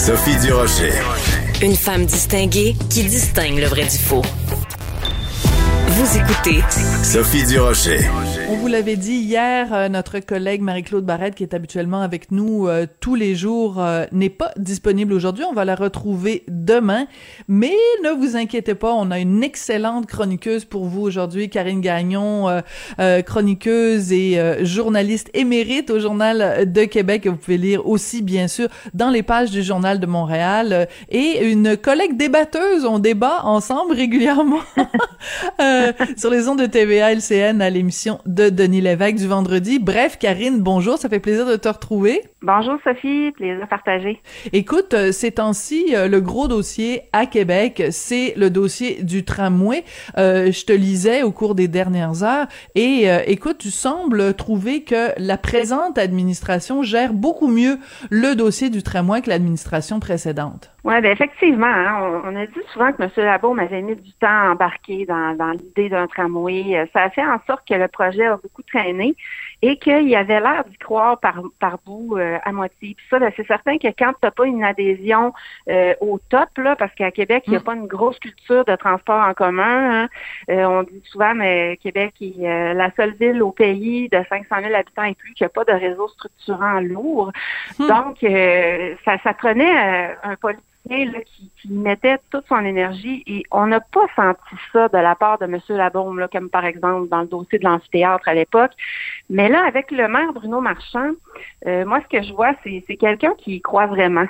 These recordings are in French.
Sophie Durocher. Une femme distinguée qui distingue le vrai du faux. Vous écoutez Sophie Durocher. On vous l'avait dit hier, notre collègue Marie-Claude Barrette, qui est habituellement avec nous tous les jours, n'est pas disponible aujourd'hui. On va la retrouver demain. Mais ne vous inquiétez pas, on a une excellente chroniqueuse pour vous aujourd'hui, Karine Gagnon, chroniqueuse et journaliste émérite au Journal de Québec, que vous pouvez lire aussi, bien sûr, dans les pages du Journal de Montréal. Et une collègue débatteuse, on débat ensemble régulièrement sur les ondes de TVA LCN à l'émission de Denis Lévesque du vendredi. Bref, Karine, bonjour, ça fait plaisir de te retrouver. Bonjour Sophie, plaisir partagé. Écoute, ces temps-ci, le gros dossier à Québec, c'est le dossier du tramway. Je te lisais au cours des dernières heures et écoute, tu sembles trouver que la présente administration gère beaucoup mieux le dossier du tramway que l'administration précédente. Oui, bien effectivement, hein, on a dit souvent que M. Labaume avait mis du temps à embarquer dans l'idée d'un tramway. Ça a fait en sorte que le projet a beaucoup traîné et qu'il avait l'air d'y croire par bout à moitié. Puis ça, ben, c'est certain que quand tu n'as pas une adhésion au top, là, parce qu'à Québec, il n'y a pas une grosse culture de transport en commun. Hein. On dit souvent, mais Québec est la seule ville au pays de 500 000 habitants et plus qui n'a pas de réseau structurant lourd. Donc, ça prenait un politique là, qui mettait toute son énergie et on n'a pas senti ça de la part de M. Labaume, là, comme par exemple dans le dossier de l'amphithéâtre à l'époque. Mais là, avec le maire Bruno Marchand, moi, ce que je vois, c'est quelqu'un qui y croit vraiment.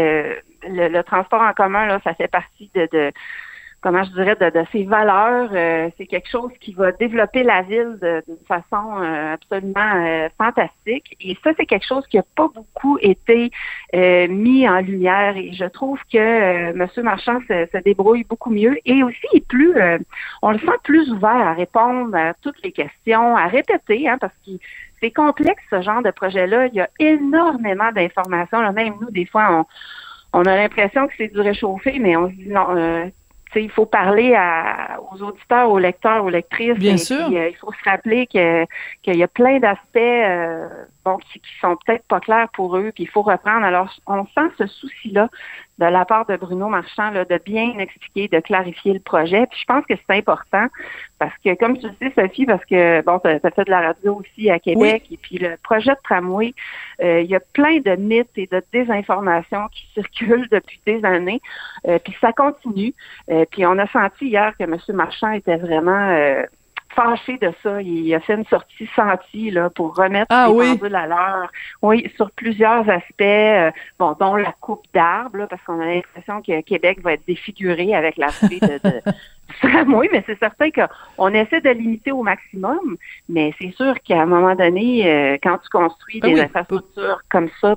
Le transport en commun, là, ça fait partie de comment je dirais, de ses valeurs. C'est quelque chose qui va développer la ville d'une façon absolument fantastique. Et ça, c'est quelque chose qui n'a pas beaucoup été mis en lumière. Et je trouve que M. Marchand se débrouille beaucoup mieux. Et aussi, on le sent plus ouvert à répondre à toutes les questions, à répéter, hein, parce que c'est complexe, ce genre de projet-là. Il y a énormément d'informations. Là, même nous, des fois, on a l'impression que c'est du réchauffé, mais on se dit non... il faut parler aux auditeurs, aux lecteurs, aux lectrices. Bien sûr. Puis, il faut se rappeler qu'il y a plein d'aspects qui sont peut-être pas clairs pour eux, puis il faut reprendre. Alors, on sent ce souci-là de la part de Bruno Marchand, là, de bien expliquer, de clarifier le projet. Puis je pense que c'est important parce que, comme tu le sais, Sophie, parce que, bon, t'as fait de la radio aussi à Québec, oui. Et puis le projet de tramway, il y a plein de mythes et de désinformations qui circulent depuis des années, puis ça continue. Puis on a senti hier que M. Marchand était vraiment... fâché de ça. Il a fait une sortie sentie là, pour remettre les pendules à l'heure. Oui, sur plusieurs aspects, dont la coupe d'arbres, là, parce qu'on a l'impression que Québec va être défiguré avec l'arrivée du tramway, mais c'est certain qu'on essaie de limiter au maximum, mais c'est sûr qu'à un moment donné, quand tu construis des infrastructures comme ça,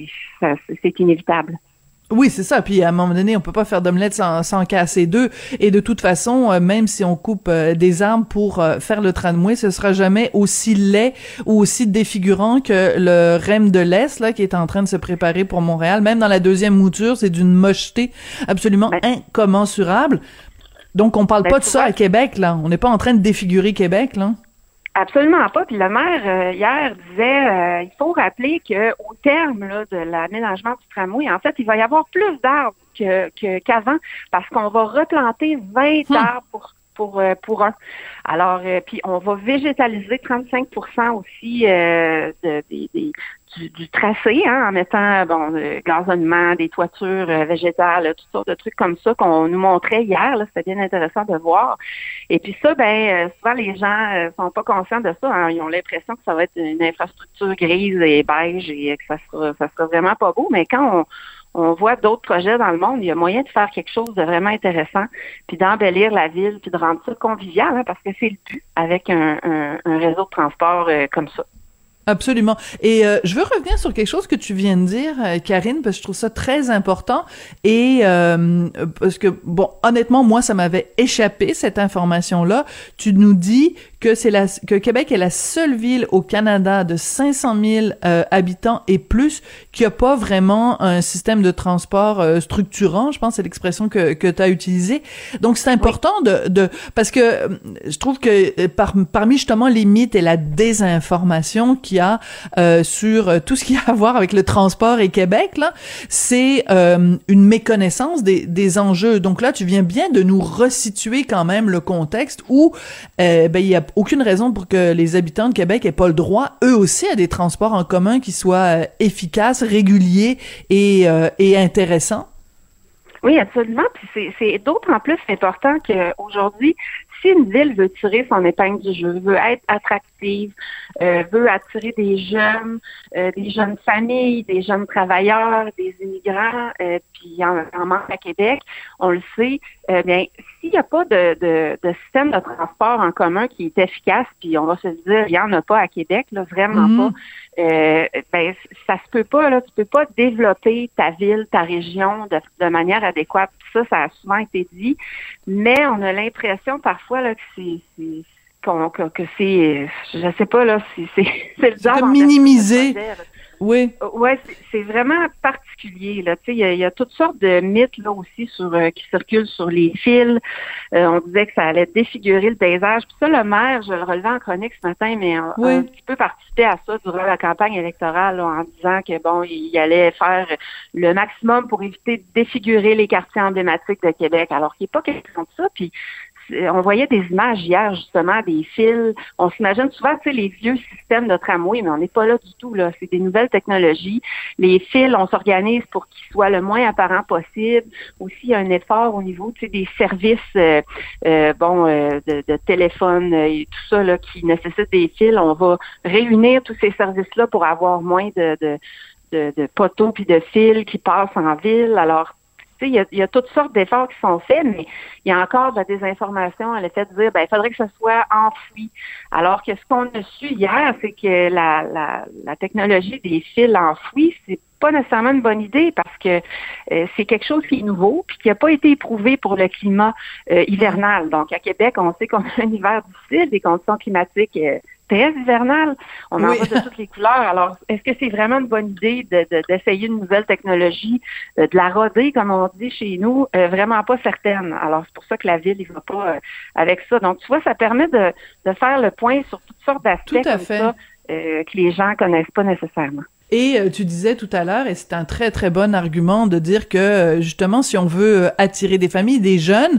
c'est inévitable. Oui, c'est ça. Puis à un moment donné, on peut pas faire d'omelette sans casser deux. Et de toute façon, même si on coupe des arbres pour faire le tramway, ce sera jamais aussi laid ou aussi défigurant que le REM de l'Est, là, qui est en train de se préparer pour Montréal. Même dans la deuxième mouture, c'est d'une mocheté absolument incommensurable. Donc, on parle pas de ça à Québec, là. On n'est pas en train de défigurer Québec, là. Absolument pas. Puis le maire, hier, disait il faut rappeler qu'au terme là, de l'aménagement du tramway, en fait, il va y avoir plus d'arbres qu'avant parce qu'on va replanter 20 arbres pour un. Alors, puis on va végétaliser 35% aussi du tracé, hein, en mettant gazonnement, des toitures végétales, toutes sortes de trucs comme ça qu'on nous montrait hier. Là, c'était bien intéressant de voir. Et puis ça, souvent les gens sont pas conscients de ça. Hein, ils ont l'impression que ça va être une infrastructure grise et beige et que ça sera vraiment pas beau. Mais quand on voit d'autres projets dans le monde, il y a moyen de faire quelque chose de vraiment intéressant, puis d'embellir la ville, puis de rendre ça convivial, hein, parce que c'est le but avec un réseau de transport comme ça. Absolument. Et je veux revenir sur quelque chose que tu viens de dire, Karine, parce que je trouve ça très important. Et parce que, bon, honnêtement, moi, ça m'avait échappé, cette information-là. Tu nous dis que Québec est la seule ville au Canada de 500 000 habitants et plus qui a pas vraiment un système de transport structurant. Je pense que c'est l'expression que tu as utilisée. Donc, c'est important parce que je trouve que parmi justement les mythes et la désinformation qu'il y a sur tout ce qui a à voir avec le transport et Québec, là, c'est une méconnaissance des enjeux. Donc là, tu viens bien de nous resituer quand même le contexte où il y a aucune raison pour que les habitants de Québec aient pas le droit, eux aussi, à des transports en commun qui soient efficaces, réguliers et intéressants. Oui, absolument. Puis c'est d'autant plus important qu'aujourd'hui, si une ville veut tirer son épingle du jeu, veut être attractive, veut attirer des jeunes familles, des jeunes travailleurs, des immigrants, puis il en manque à Québec, on le sait, bien, s'il n'y a pas de système de transport en commun qui est efficace, puis on va se dire, il n'y en a pas à Québec, là, vraiment pas, ben, ça se peut pas, là, tu peux pas développer ta ville, ta région de manière adéquate. Ça a souvent été dit, mais on a l'impression parfois là que c'est, je sais pas là, c'est le genre de minimiser. Oui. Ouais, c'est vraiment particulier là. Tu sais, il y a toutes sortes de mythes là aussi qui circulent sur les fils. On disait que ça allait défigurer le paysage. Puis ça, le maire, je le relevais en chronique ce matin, mais a un petit peu participé à ça durant la campagne électorale là, en disant que bon, il allait faire le maximum pour éviter de défigurer les quartiers emblématiques de Québec. Alors qu'il n'est pas question de ça. Puis on voyait des images hier, justement, des fils. On s'imagine souvent, tu sais, les vieux systèmes de tramway, mais on n'est pas là du tout, là. C'est des nouvelles technologies. Les fils, on s'organise pour qu'ils soient le moins apparents possible. Aussi, il y a un effort au niveau, tu sais, des services, de téléphone et tout ça, là, qui nécessitent des fils. On va réunir tous ces services-là pour avoir moins de poteaux puis de fils qui passent en ville. Alors, tu sais, il y a toutes sortes d'efforts qui sont faits, mais il y a encore de la désinformation à l'effet de dire, ben, il faudrait que ce soit enfoui. Alors que ce qu'on a su hier, c'est que la technologie des fils enfouis, c'est pas nécessairement une bonne idée parce que c'est quelque chose qui est nouveau puis qui n'a pas été éprouvé pour le climat hivernal. Donc, à Québec, on sait qu'on a un hiver difficile, des conditions climatiques très hivernales. On en voit de toutes les couleurs. Alors, est-ce que c'est vraiment une bonne idée d'essayer une nouvelle technologie, de la roder, comme on dit chez nous? Vraiment pas certaine. Alors, c'est pour ça que la ville, il va pas avec ça. Donc, tu vois, ça permet de faire le point sur toutes sortes d'aspects comme ça que les gens connaissent pas nécessairement. Et tu disais tout à l'heure, et c'est un très très bon argument de dire que justement si on veut attirer des familles, des jeunes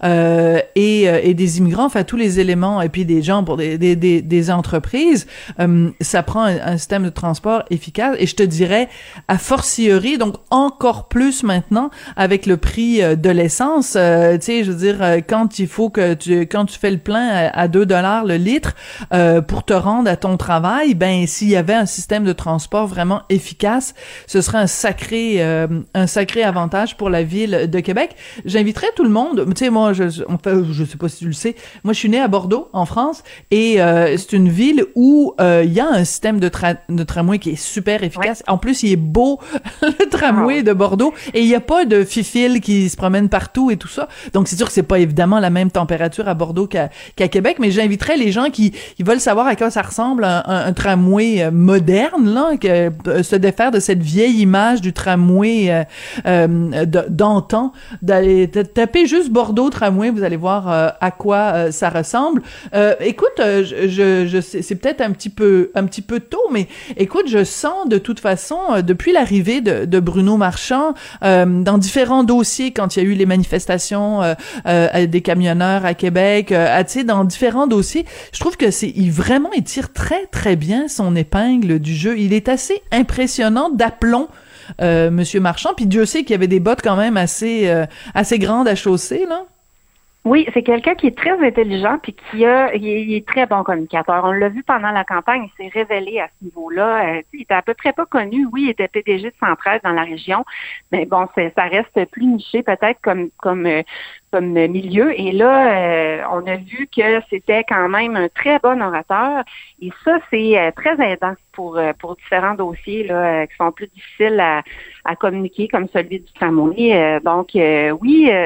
et des immigrants, enfin tous les éléments et puis des gens pour des entreprises, ça prend un système de transport efficace. Et je te dirais a fortiori, donc encore plus maintenant avec le prix de l'essence. Tu sais, je veux dire quand il faut quand tu fais le plein à $2 le litre pour te rendre à ton travail, ben s'il y avait un système de transport vraiment efficace, ce serait un sacré avantage pour la ville de Québec. J'inviterais tout le monde, tu sais, moi, je sais pas si tu le sais, moi, je suis née à Bordeaux, en France, et c'est une ville où il y a un système de tramway qui est super efficace. Ouais. En plus, il est beau, le tramway de Bordeaux, et il y a pas de fifille qui se promène partout et tout ça. Donc, c'est sûr que c'est pas évidemment la même température à Bordeaux qu'à Québec, mais j'inviterais les gens qui veulent savoir à quoi ça ressemble un tramway moderne, là, se défaire de cette vieille image du tramway d'antan, d'aller taper juste Bordeaux tramway, vous allez voir à quoi ça ressemble. Écoute, je sais, c'est peut-être un petit peu tôt, mais écoute, je sens de toute façon depuis l'arrivée de Bruno Marchand dans différents dossiers, quand il y a eu les manifestations des camionneurs à Québec, tu sais, dans différents dossiers, je trouve que il tire très très bien son épingle du jeu. Il est assez impressionnant d'aplomb, Monsieur Marchand. Puis Dieu sait qu'il y avait des bottes quand même assez grandes à chausser, là. Oui, c'est quelqu'un qui est très intelligent puis il est très bon communicateur. On l'a vu pendant la campagne, il s'est révélé à ce niveau-là. Il était à peu près pas connu. Oui, il était PDG de Centraide dans la région, mais bon, ça reste plus niché peut-être comme milieu. Et là, on a vu que c'était quand même un très bon orateur. Et ça, c'est très aidant pour différents dossiers là qui sont plus difficiles à communiquer, comme celui du tramway. Donc, oui.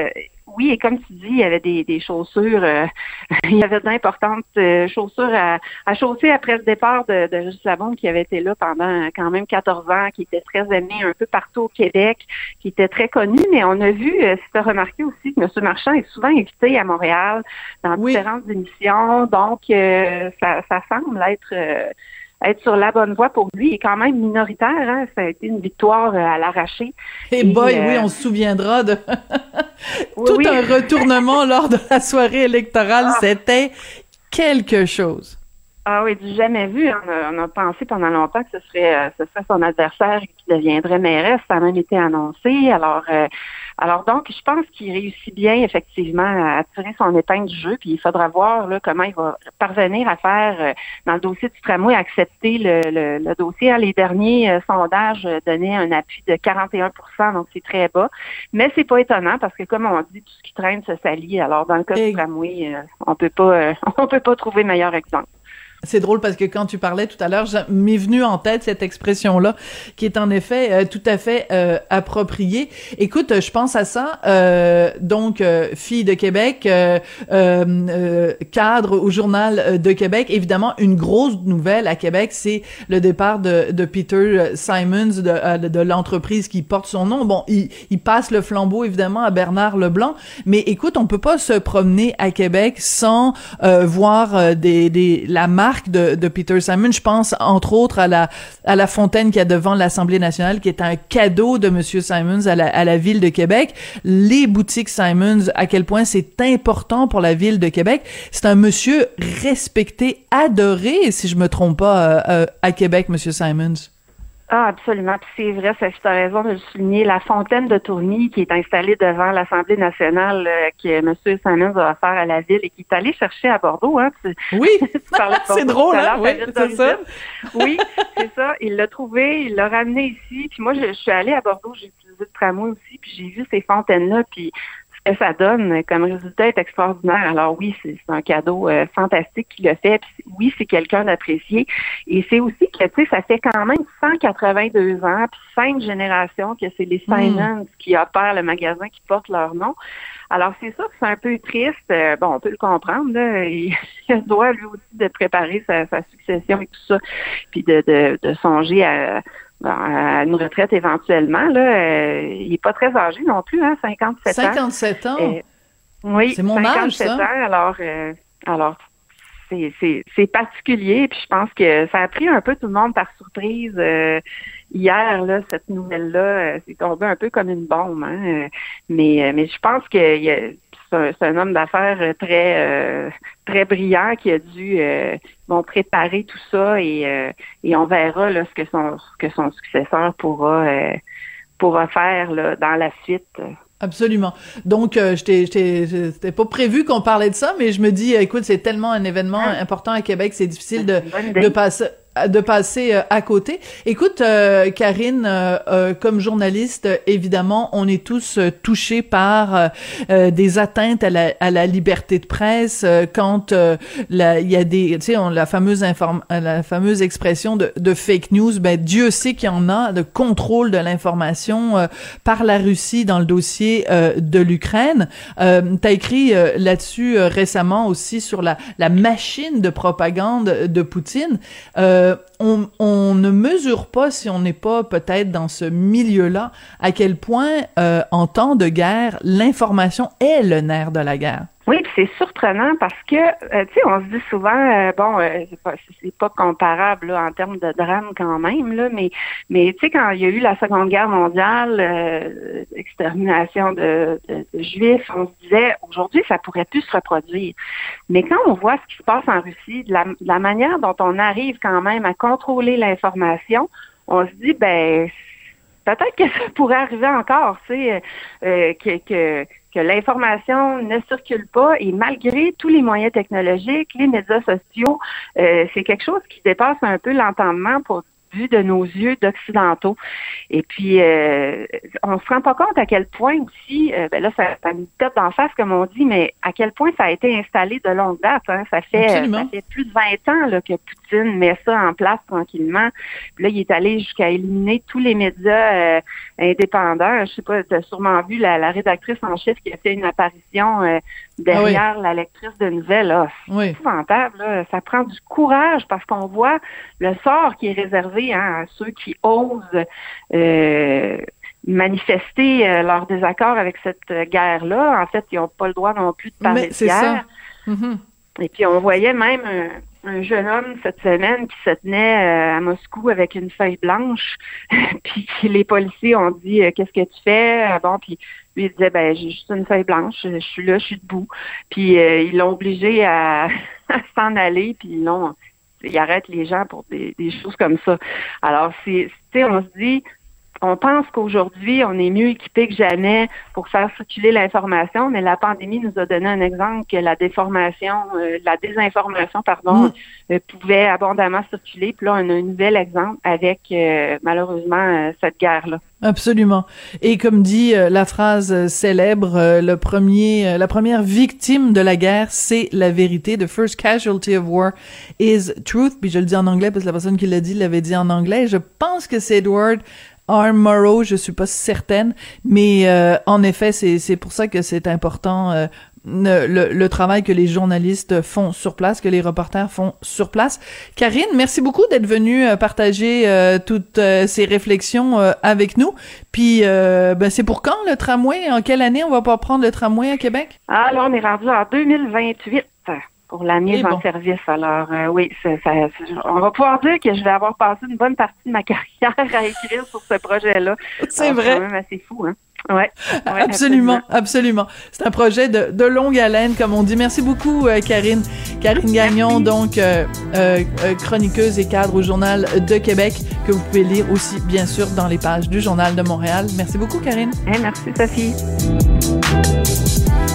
oui, et comme tu dis, il y avait des chaussures, il y avait d'importantes chaussures à chausser après le départ de Régis Labaume, qui avait été là pendant quand même 14 ans, qui était très aimé un peu partout au Québec, qui était très connu, mais on a vu, si tu as remarqué aussi, que M. Marchand est souvent invité à Montréal dans différentes émissions, donc ça semble être sur la bonne voie pour lui. Il est quand même minoritaire, hein? Ça a été une victoire à l'arraché. Et boy, oui, on se souviendra de tout un retournement lors de la soirée électorale. C'était quelque chose. Ah oui, du jamais vu. On a pensé pendant longtemps que ce serait son adversaire qui deviendrait mairesse. Ça a même été annoncé. Alors donc, je pense qu'il réussit bien effectivement à tirer son épingle du jeu. Puis il faudra voir là comment il va parvenir à faire dans le dossier du tramway, accepter le dossier. Les derniers sondages donnaient un appui de 41%, donc c'est très bas. Mais c'est pas étonnant parce que comme on dit, tout ce qui traîne se salit. Alors dans le cas du tramway, on peut pas trouver meilleur exemple. C'est drôle parce que quand tu parlais tout à l'heure, m'est venue en tête cette expression-là qui est en effet tout à fait appropriée. Écoute, je pense à ça. Donc, fille de Québec, cadre au Journal de Québec. Évidemment, une grosse nouvelle à Québec, c'est le départ de Peter Simons de l'entreprise qui porte son nom. Bon, il passe le flambeau évidemment à Bernard Leblanc, mais écoute, on peut pas se promener à Québec sans voir la marque de Peter Simons. Je pense entre autres à la fontaine qu'il y a devant l'Assemblée nationale, qui est un cadeau de Monsieur Simons à la ville de Québec. Les boutiques Simons, à quel point c'est important pour la ville de Québec. C'est un monsieur respecté, adoré, si je me trompe pas, à Québec, Monsieur Simons. Ah, absolument. Puis c'est vrai, ça, tu as raison de le souligner. La fontaine de Tourny qui est installée devant l'Assemblée nationale que M. Simons a offert à la ville et qui est allé chercher à Bordeaux. Hein. Oui, c'est drôle, hein? Oui, c'est ça. Oui, c'est ça. Il l'a trouvé, il l'a ramené ici. Puis moi, je suis allée à Bordeaux, j'ai utilisé le tramway aussi, puis j'ai vu ces fontaines-là, puis ce que ça donne comme résultat est extraordinaire. Alors oui, c'est un cadeau fantastique qu'il a fait. Puis oui, c'est quelqu'un d'apprécié. Et c'est aussi que, tu sais, ça fait quand même 182 ans, puis 5 générations que c'est les Simons qui opèrent le magasin qui porte leur nom. Alors c'est ça que c'est un peu triste. Bon, on peut le comprendre, là. Il doit lui aussi de préparer sa succession et tout ça, puis de songer à une retraite éventuellement. Là, il est pas très âgé non plus, hein, 57 ans. 57 ans? Oui, c'est mon âge, ça. Ans, alors c'est particulier, puis je pense que ça a pris un peu tout le monde par surprise. Hier, là, cette nouvelle-là, c'est tombé un peu comme une bombe, hein. Mais je pense que c'est un homme d'affaires très brillant qui a dû préparer tout ça et on verra là ce que son successeur pourra faire là, dans la suite. Absolument. Donc, c'était pas prévu qu'on parlait de ça, mais je me dis, écoute, c'est tellement un événement important à Québec, c'est difficile de passer à côté. Écoute, Karine, comme journaliste, évidemment, on est tous touchés par des atteintes à la liberté de presse quand il y a des, tu sais, la fameuse expression de fake news. Ben Dieu sait qu'il y en a de contrôle de l'information par la Russie dans le dossier de l'Ukraine. T'as écrit là-dessus récemment aussi sur la machine de propagande de Poutine. On ne mesure pas, si on n'est pas peut-être dans ce milieu-là, à quel point, en temps de guerre, l'information est le nerf de la guerre. Oui, puis c'est surprenant parce que, tu sais, on se dit souvent, c'est pas comparable là, en termes de drame quand même, là, mais tu sais, quand il y a eu la Seconde Guerre mondiale, extermination de Juifs, on se disait, aujourd'hui, ça pourrait plus se reproduire. Mais quand on voit ce qui se passe en Russie, de la manière dont on arrive quand même à contrôler l'information, on se dit, peut-être que ça pourrait arriver encore, tu sais, que l'information ne circule pas et malgré tous les moyens technologiques, les médias sociaux, c'est quelque chose qui dépasse un peu l'entendement pour vu de nos yeux d'occidentaux. Et puis, on se rend pas compte à quel point aussi, là, ça nous tape d'en face, comme on dit, mais à quel point ça a été installé de longue date. Hein. Ça fait plus de 20 ans là, que Poutine met ça en place tranquillement. Puis là, il est allé jusqu'à éliminer tous les médias indépendants. Je sais pas, tu as sûrement vu la rédactrice en chef qui a fait une apparition derrière la lectrice de nouvelles. Là. C'est épouvantable. Là. Ça prend du courage parce qu'on voit le sort qui est réservé à ceux qui osent manifester leur désaccord avec cette guerre-là. En fait, ils n'ont pas le droit non plus de parler de guerre. Et puis, on voyait même un jeune homme cette semaine qui se tenait à Moscou avec une feuille blanche. Puis les policiers ont dit « Qu'est-ce que tu fais? » Bon, puis lui, il disait « Ben, j'ai juste une feuille blanche, je suis là, je suis debout. » Puis ils l'ont obligé à s'en aller, puis ils arrêtent les gens pour des choses comme ça. Alors, on se dit, on pense qu'aujourd'hui, on est mieux équipé que jamais pour faire circuler l'information, mais la pandémie nous a donné un exemple que la désinformation, pouvait abondamment circuler. Puis là, on a un nouvel exemple avec, malheureusement, cette guerre-là. Absolument. Et comme dit la phrase célèbre, la première victime de la guerre, c'est la vérité. The first casualty of war is truth. Puis je le dis en anglais parce que la personne qui l'a dit l'avait dit en anglais. Je pense que c'est Edward R. Murrow, je suis pas certaine, mais en effet, c'est pour ça que c'est important le travail que les journalistes font sur place, que les reporters font sur place. Karine, merci beaucoup d'être venue partager toutes ces réflexions avec nous. Puis, c'est pour quand le tramway? En quelle année on va pas prendre le tramway à Québec? Ah, là, on est rendu en 2028. Pour la mise en service. Alors, oui, on va pouvoir dire que je vais avoir passé une bonne partie de ma carrière à écrire sur ce projet-là. C'est vrai. C'est quand même assez fou, hein? Ouais, absolument. C'est un projet de longue haleine, comme on dit. Merci beaucoup, Karine. Karine Gagnon, donc chroniqueuse et cadre au Journal de Québec, que vous pouvez lire aussi, bien sûr, dans les pages du Journal de Montréal. Merci beaucoup, Karine. Merci, Sophie.